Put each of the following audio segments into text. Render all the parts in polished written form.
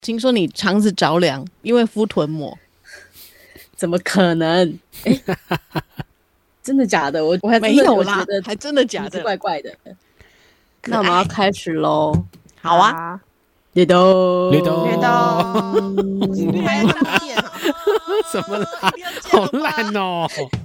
听说你肠子着凉，因为敷臀膜。 怎么可能？真的假的？我还没有啦， 我觉得还真的假的， 怪怪的。那我们要开始喽。 好啊， 绿豆， 今天还要上线啊？ 什么啦？好烂哦！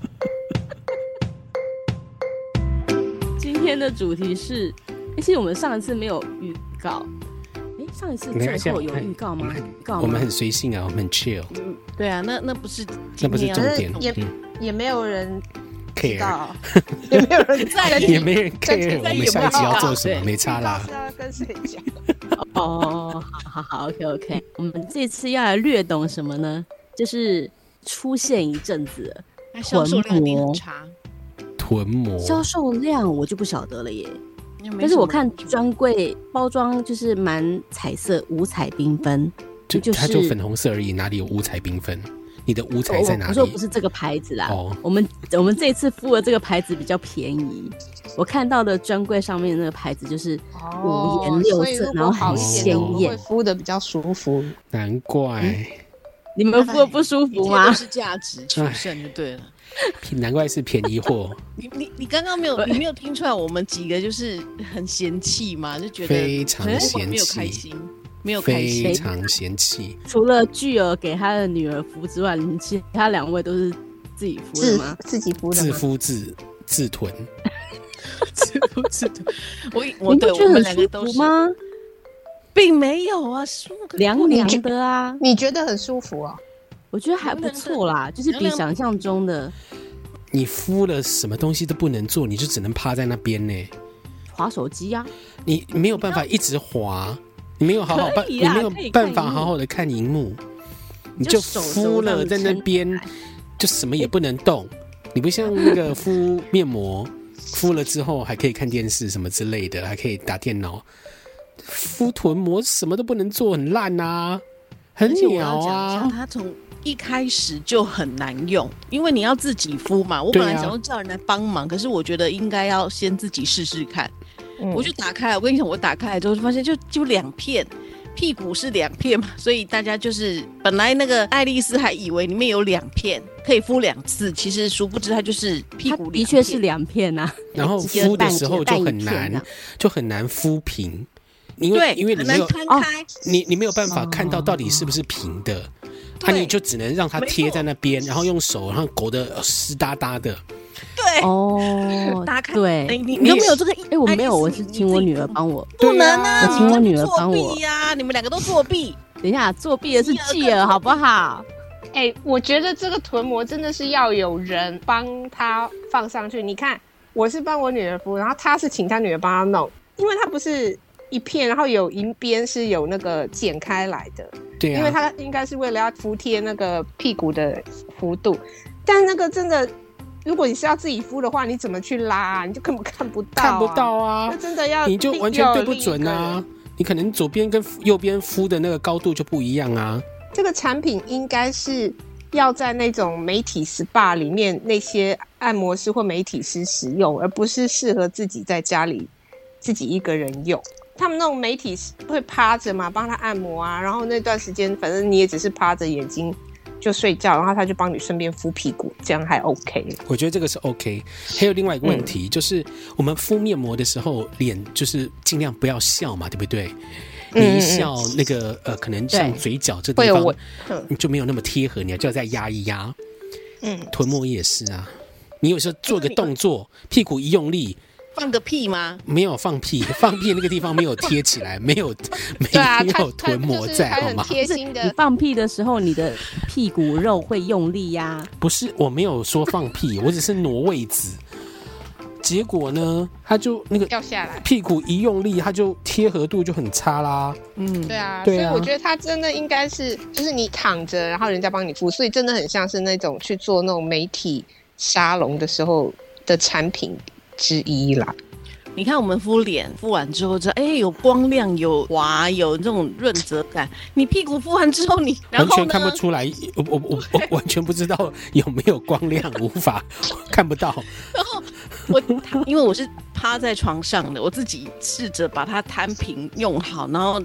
今天的主题是，其实我们上一次没有预告。上一次最后有预告吗？ 我们很随性啊，我们很 chill。 对啊，那不是重点， 也没有人 care， 也没有人在， 也没人 care。我们下一集要做什么？没差啦。 是要跟谁讲？ 哦，好 ，OK。我们这次要来略懂什么呢？就是出现一阵子了， 销售量一定很差。 臀膜销售量我就不晓得了耶。但是我看专柜包装就是蛮彩色、五彩缤纷， 它就粉红色而已，哪里有五彩缤纷？你的五彩在哪里？ 我说不是这个牌子啦。 哦， 我们这次敷的这个牌子比较便宜。我看到的专柜上面那个牌子就是五颜六色，然后很鲜艳， 会敷的比较舒服。 难怪你们敷的不舒服吗？ 都是价值取胜就对了。 难怪是便宜货。 你刚刚没有听出来我们几个就是很嫌弃吗？就觉得非常嫌弃， 没有开心，没有开心， 非常嫌弃。 除了巨儿给他的女儿敷之外，其他两位都是自己敷的吗？ 自己敷的吗？ 自敷自囤， 自敷自囤。 我们两个都是吗？ 并没有啊， 凉凉的啊。 你觉得很舒服啊？ 我觉得还不错啦，就是比想象中的。 你敷了什么东西都不能做，你就只能趴在那边呢， 滑手机啊。 你没有办法一直滑，你没有办法好好的看荧幕，你就敷了在那边，就什么也不能动。你不像那个敷面膜，敷了之后还可以看电视什么之类的，还可以打电脑。敷臀膜什么都不能做，很烂啊，很鸟啊。 它从一开始就很难用，因为你要自己敷嘛。我本来想要叫人来帮忙，可是我觉得应该要先自己试试看。我就打开来，我跟你讲，我打开来之后就发现就两片，屁股是两片嘛，所以大家就是本来那个爱丽丝还以为里面有两片可以敷2次，其实殊不知它就是屁股2片， 的确是2片啊。 然后敷的时候就很难敷平，因为你没有你没有办法看到底是不是平的。你就只能让它贴在那边，然后用手，然后勾得湿哒哒的。 对哦， 打开对， 你都没有这个？ 我没有，我是请我女儿帮我。 不能啊！ 我请我女儿帮我呀！你们两个都作弊。 等一下，作弊的是继儿，好不好？ 我觉得这个臀膜真的是要有人帮她放上去。你看，我是帮我女儿敷，然后她是请她女儿帮她弄，因为她不是一片，然后有一边是有那个剪开来的。 对啊， 因为它应该是为了要服贴那个屁股的幅度，但那个真的，如果你是要自己敷的话，你怎么去拉啊？你就根本看不到啊！那真的要你就完全对不准啊！你可能左边跟右边敷的那个高度就不一样啊。 这个产品应该是要在那种美体 SPA 里面那些按摩师或美体师使用，而不是适合自己在家里自己一个人用。他们那种媒体会趴着嘛，帮他按摩啊，然后那段时间反正你也只是趴着，眼睛就睡觉，然后他就帮你顺便敷屁股，这样还 OK。我觉得这个是 OK。还有另外一个问题，就是我们敷面膜的时候，脸就是尽量不要笑嘛，对不对？你一笑，那个可能像嘴角这地方你就没有那么贴合，你就要再压一压。臀膜也是啊，你有时候做个动作，屁股一用力。 放个屁吗？ 没有放屁，放屁那个地方没有贴起来，没有臀膜在，好吗？ 你放屁的时候，你的屁股肉会用力呀。 不是，我没有说放屁，我只是挪位置。结果呢，它就那个掉下来， 屁股一用力，它就贴合度就很差啦。 对啊，所以我觉得它真的应该是，就是你躺着，然后人家帮你敷，所以真的很像是那种去做那种美体沙龙的时候的产品之一啦。 你看我们敷脸，敷完之后有光亮，有滑，有这种润泽感。你屁股敷完之后，你完全看不出来，我完全不知道有没有光亮，无法看不到。 然后因为我是趴在床上的，我自己试着把它摊平用好，然后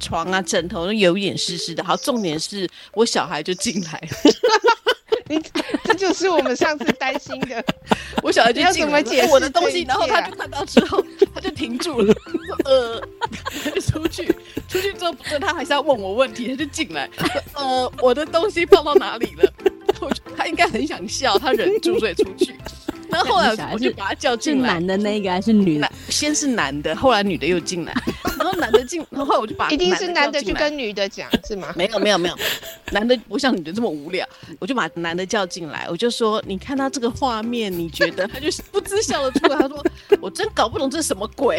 床啊枕头都有一点湿湿的。好，重点是我小孩就进来了。 这就是我们上次担心的。 我小孩就进来了，我的东西，然后他就看到之后，他就停住了，说他就出去之后，他还是要问我问题，他就进来，我的东西放到哪里了？他应该很想笑，他忍住所以出去。然后后来我就把他叫进来。 是男的那个还是女的？ 先是男的，后来女的又进来。然后男的进，然后我就把一定是男的去跟女的讲是吗？ 没有，男的不像女的这么无聊。我就把男的叫进来，我就说：“你看到这个画面，你觉得？”他就不知笑了出来，他说：“我真搞不懂这是什么鬼，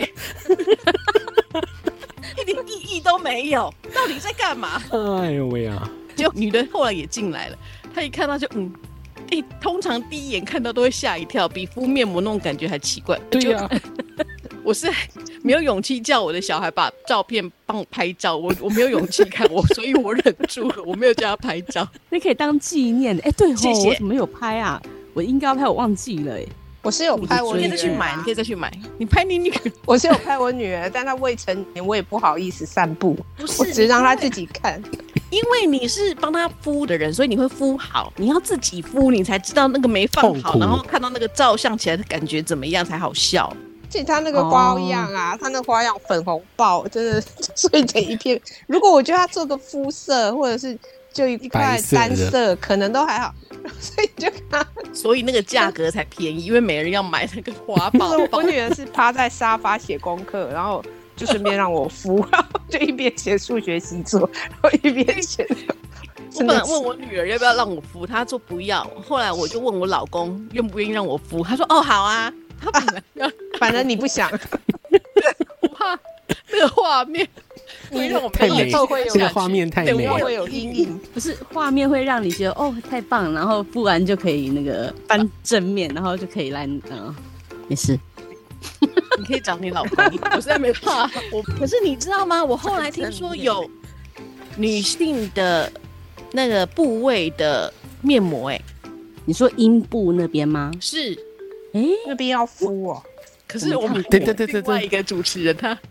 一点意义都没有，到底在干嘛？” 哎呦喂啊！ 就女的后来也进来了，她一看到就通常第一眼看到都会吓一跳，比敷面膜那种感觉还奇怪。 对呀、 我是没有勇气叫我的小孩把照片帮我拍照，我没有勇气看所以我忍住了，我没有叫他拍照。 那可以当纪念。对哦， 谢谢。 我怎么有拍啊？我应该要拍，我忘记了。 我是有拍我女儿， 你可以再去买。你拍你女儿， 我是有拍我女儿，但她未成年，我也不好意思散步，我只让她自己看。 因为你是帮她敷的人，所以你会敷好，你要自己敷，你才知道那个没放好，然后看到那个照相起来的感觉怎么样才好笑。 而且她那个花样啊，她那个花样粉红爆，真的碎成一片。如果我觉得她做个肤色，或者是就一块单色，可能都还好。所以那个价格才便宜，因为没人要买那个花豹。 我女儿是趴在沙发写功课，然后就顺便让我敷，然后就一边写数学习作，然后一边写。 我本来问我女儿要不要让我敷，她说不要。后来我就问我老公愿不愿意让我敷，他说哦好啊。他本来要， 反正你不想， 我怕那个画面。会让我太美，这个画面太美， 会有阴影。 不是画面会让你觉得太棒，然后敷完就可以那个翻正面，然后就可以来没事。 你可以找你老公，我实在没怕。可是你知道吗？我后来听说有女性的那个部位的面膜， 你说阴部那边吗？ 是， 那边要敷哦。 可是我们另外一个主持人他。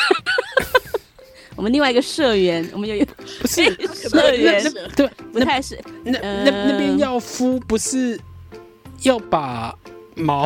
我们另外一个社员，我们有不是社员， 对， 不太是那边要敷，不是要把毛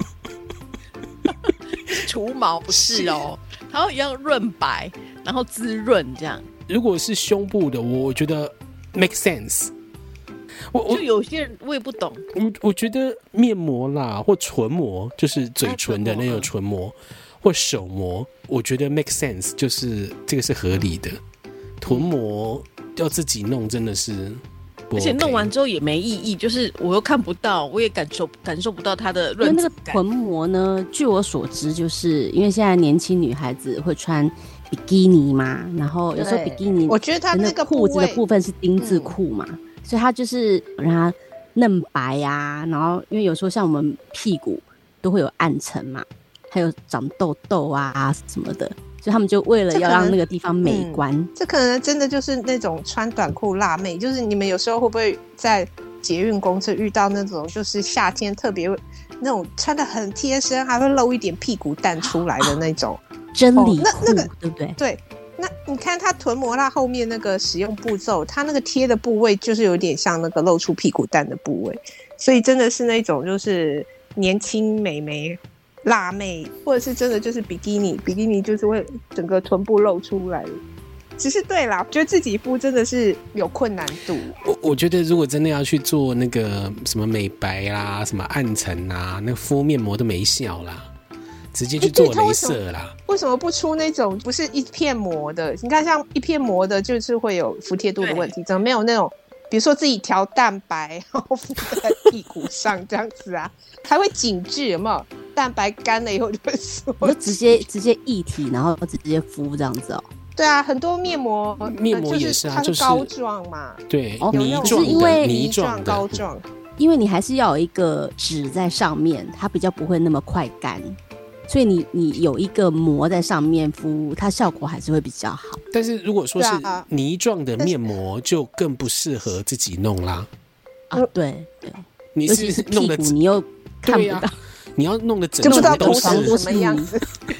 除毛，不是哦，它要一样润白，然后滋润这样。 如果是胸部的，我觉得 make sense。 就有些人我也不懂， 我觉得面膜啦，或唇膜，就是嘴唇的那种唇膜。或手膜，我觉得 make sense， 就是这个是合理的。臀膜要自己弄，真的是不 OK， 而且弄完之后也没意义，就是我又看不到，我也感受不到它的润质感。 因为那个臀膜呢，据我所知，就是因为现在年轻女孩子会穿比基尼嘛，然后有时候比基尼， 我觉得它那个裤子的部分是丁字裤嘛，所以它就是让它嫩白啊，然后因为有时候像我们屁股都会有暗沉嘛。还有长痘痘啊什么的，所以他们就为了要让那个地方美观， 这可能真的就是那种穿短裤辣妹。就是你们有时候会不会在捷运公车遇到那种，就是夏天特别那种穿得很贴身，还会露一点屁股蛋出来的那种真理裤， 那个对不对？ 对，那你看它臀膜它后面那个使用步骤，它那个贴的部位就是有点像那个露出屁股蛋的部位，所以真的是那种就是年轻美眉。辣妹，或者是真的就是比基尼就是会整个臀部露出来。只是对啦，觉得自己敷真的是有困难度。 我觉得如果真的要去做那个什么美白啦、什么暗沉啊，那个敷面膜都没效啦，直接去做雷射啦。 为什么不出那种不是一片膜的？你看像一片膜的，就是会有服帖度的问题，怎么没有那种？比如说自己调蛋白，然后敷在屁股上这样子啊，还会紧致，有没有？蛋白干了以后就会缩， 就直接一体，然后直接敷这样子哦。 对啊，很多面膜也是啊， 它是膏状嘛， 对， 泥状的，泥状的膏状。 因为你还是要有一个纸在上面，它比较不会那么快干。所以你有一个膜在上面敷，它效果还是会比较好。 但是如果说是泥状的面膜，就更不适合自己弄啦。 对对， 你是弄的屁股你又看不到， 你要弄的整就不知道都涂成什么样子。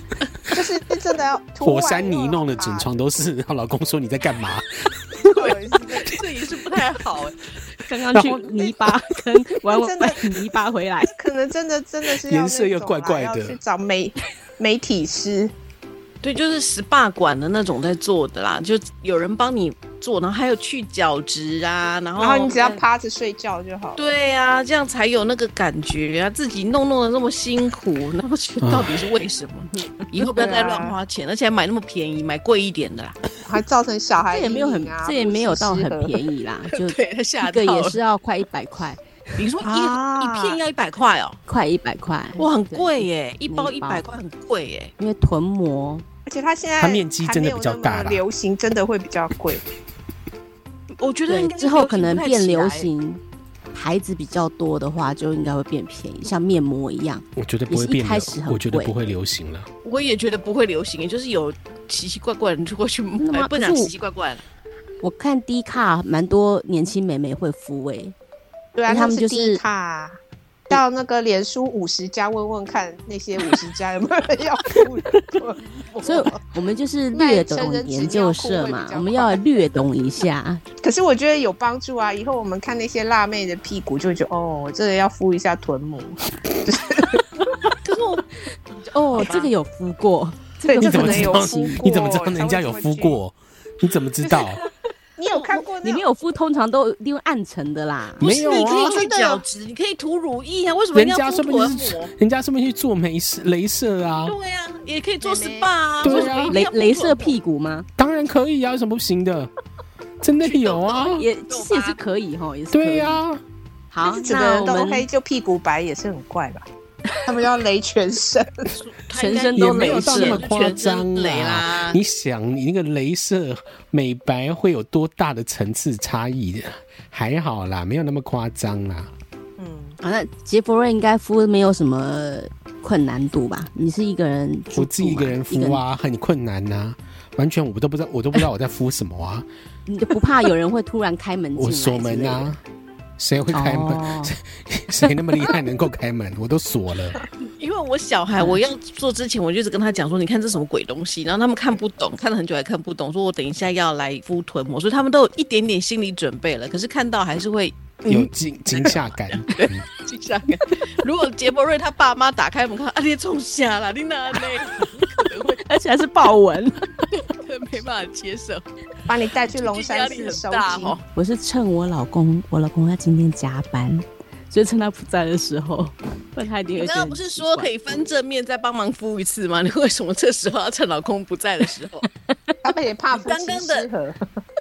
就是真的要火山泥弄的整床都是，然后老公说你在干嘛？ 这也是不太好哎。 刚刚去泥巴跟玩泥巴回来， 可能真的是颜色又怪怪的， 要去找媒体师。 对，就是 SPA 馆的那种在做的啦，就有人帮你做，然后还有去角质啊，然后你只要趴着睡觉就好。 对啊，这样才有那个感觉啊！自己弄的那么辛苦，那么到底是为什么？以后不要再乱花钱，而且还买那么便宜，买贵一点的啦， 还造成小孩这也没有到很便宜啦，就一个也是要快100块。 你说一片要100块哦， 快100块， 哇，很贵耶！一包100块很贵耶， 因为臀膜， 而且它现在面积真的比较大， 流行真的会比较贵。 我觉得之后可能变流行，牌子比较多的话，就应该会变便宜，像面膜一样。 我觉得不会变， 开始很贵， 我觉得不会流行了。 我也觉得不会流行，就是有奇奇怪怪的人就会去买，不讲奇奇怪怪的。 我看 D 卡蛮多年轻美眉会敷对啊，他们就是 D 卡，到那个脸书50家问问看，那些50家有没有人要敷。 所以我们就是略懂研究社嘛，我们要略懂一下。 可是我觉得有帮助啊，以后我们看那些辣妹的屁股，就会觉得哦，这个要敷一下臀膜。 可是这个有敷过， 对， 你怎么知道？你怎么知道人家有敷过？你怎么知道？ 你有看过？ 你没有敷，通常都利用暗沉的啦。 没有啊， 你可以去角质，你可以涂乳液啊。为什么你要敷臀膜？ 人家说不定去做雷射啊。 对啊，也可以做 SPA 啊。 对啊， 雷射屁股吗？ 当然可以啊，有什么不行的？真的有啊， 其实也是可以哈，也是。 对呀。 好，那我们黑就屁股白也是很怪吧？他们要雷全身， 全身都没有到那么夸张啦。你想，你那个雷射美白会有多大的层次差异的？还好啦，没有那么夸张啦。 那杰佛瑞应该敷没有什么困难度吧？你是一个人住， 我自己一个人敷啊，很困难啊，完全我都不知道我在敷什么啊。 你就不怕有人会突然开门进来？ 我锁门啊。谁会开门？谁那么厉害能够开门？我都锁了。 因为我小孩我要做之前，我就一直跟他讲说，你看这什么鬼东西，然后他们看不懂，看了很久还看不懂，说我等一下要来敷臀膜，所以他们都有一点点心理准备了，可是看到还是会有惊吓感。 惊吓感。如果杰博瑞他爸妈打开门看，你冲下了，你哪里？ 而且还是豹纹。 没办法接受， 把你带去龙山寺收集。 我是趁我老公他今天加班，所以趁他不在的时候，不然他一定会。 你刚刚不是说可以翻正面再帮忙敷一次吗？你为什么这时候要趁老公不在的时候？ 他们也怕夫妻失和。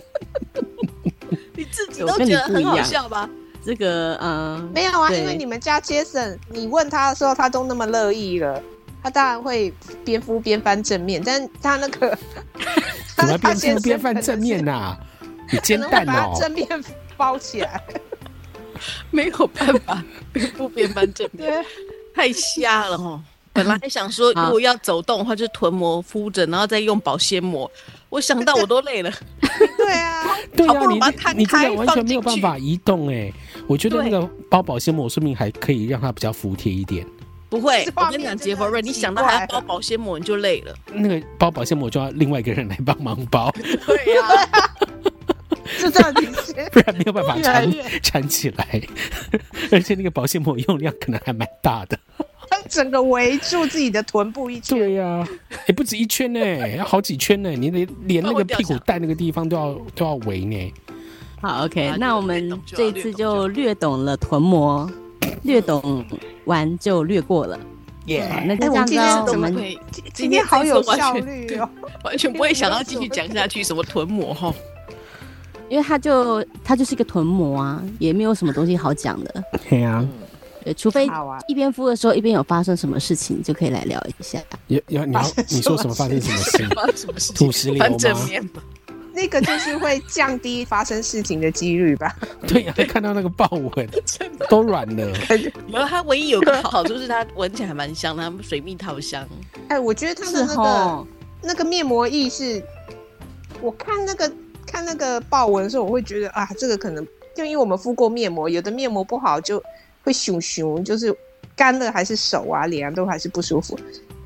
你自己都觉得很好笑吧？ 这个没有啊，因为你们家Jason，你问他的时候，他都那么乐意了。他当然会边敷边翻正面，但他那个怎么边敷边翻正面啊？你煎蛋哦， 把正面包起来， 没有办法边敷边翻正面，太瞎了哦。本来想说，如果要走动的话，就是臀膜敷着，然后再用保鲜膜。我想到我都累了。 对啊， 你这个完全没有办法移动哎。我觉得那个包保鲜膜说明还可以让它比较服帖一点。 不会，我跟你讲，杰佛瑞，你想到还要包保鲜膜，你就累了。 那个包保鲜膜就要另外一个人来帮忙包。 对呀， 是这样子， 不然没有办法缠起来。而且那个保鲜膜用量可能还蛮大的， 整个围住自己的臀部一圈。 对呀，也不止一圈呢，要好几圈呢。你连那个屁股蛋那个地方都要围呢。 好 ，OK， 那我们这一次就略懂了臀膜。略懂完就略过了，那就这样子哦。 我们今天好有效率哦， 完全不会想要继续讲下去什么臀膜哈， 因为它就是一个臀膜啊，也没有什么东西好讲的。 对啊， 对，除非一边敷的时候一边有发生什么事情，就可以来聊一下。 你说什么发生什么事？土石流吗？ 那个就是会降低发生事情的几率吧？ 对呀，看到那个豹纹都软了。 然后它唯一有个好处是它闻起来还蛮香的，水蜜桃香。 我觉得它的那个面膜液是，我看那个豹纹的时候，我会觉得啊，这个可能就因为我们敷过面膜，有的面膜不好就会熊，就是干了还是手啊脸啊都还是不舒服。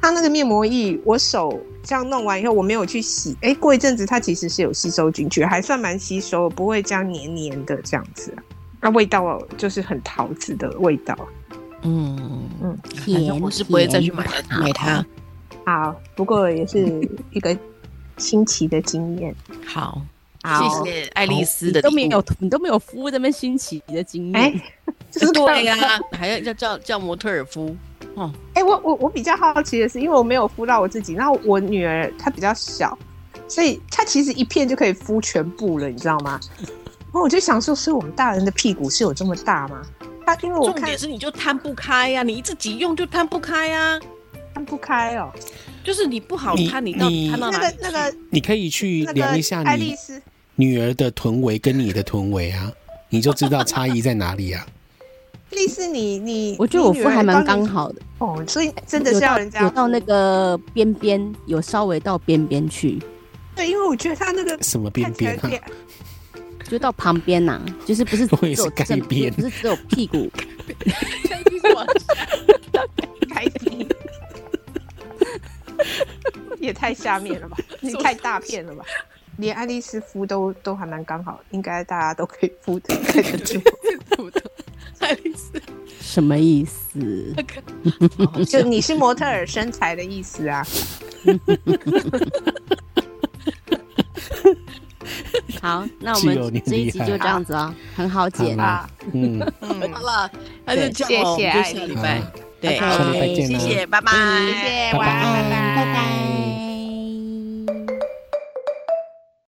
它那个面膜液，我手这样弄完以后，我没有去洗，过一阵子它其实是有吸收进去，还算蛮吸收，不会这样黏黏的这样子啊。那味道就是很桃子的味道。 反正我是不会再去买它。 好，不过也是一个新奇的经验。 好，谢谢爱丽丝的你都没有敷这么新奇的经验。 对呀，还要叫模特儿敷。 我比较好奇的是，因为我没有敷到我自己，然后我女儿她比较小，所以她其实一片就可以敷全部了，你知道吗？然后我就想说，所以我们大人的屁股是有这么大吗？因为我看重点是你就摊不开呀，你自己用就摊不开呀， 摊不开哦。 就是你不好摊，你到底摊到哪里？ 那个， 你可以去量一下爱丽丝女儿的臀围跟你的臀围啊，你就知道差异在哪里啊。 丽丝，你我觉得我敷还蛮刚好的哦，所以真的是要人家有到那个边边，有稍微到边边去。 对，因为我觉得他那个什么边边啊？ 就到旁边呐，就是不是只有正边，不是只有屁股， 开屁，也太下面了吧？你太大片了吧？连爱丽丝敷都还蛮刚好，应该大家都可以敷得住。 爱丽丝什么意思？ 就你是模特儿身材的意思啊。 好，那我们这一集就这样子哦，很好解啊。 好了，那就这样， 谢谢爱丽丝，下礼拜，对， 下礼拜见， 谢谢，拜拜， 谢谢，晚安，拜拜。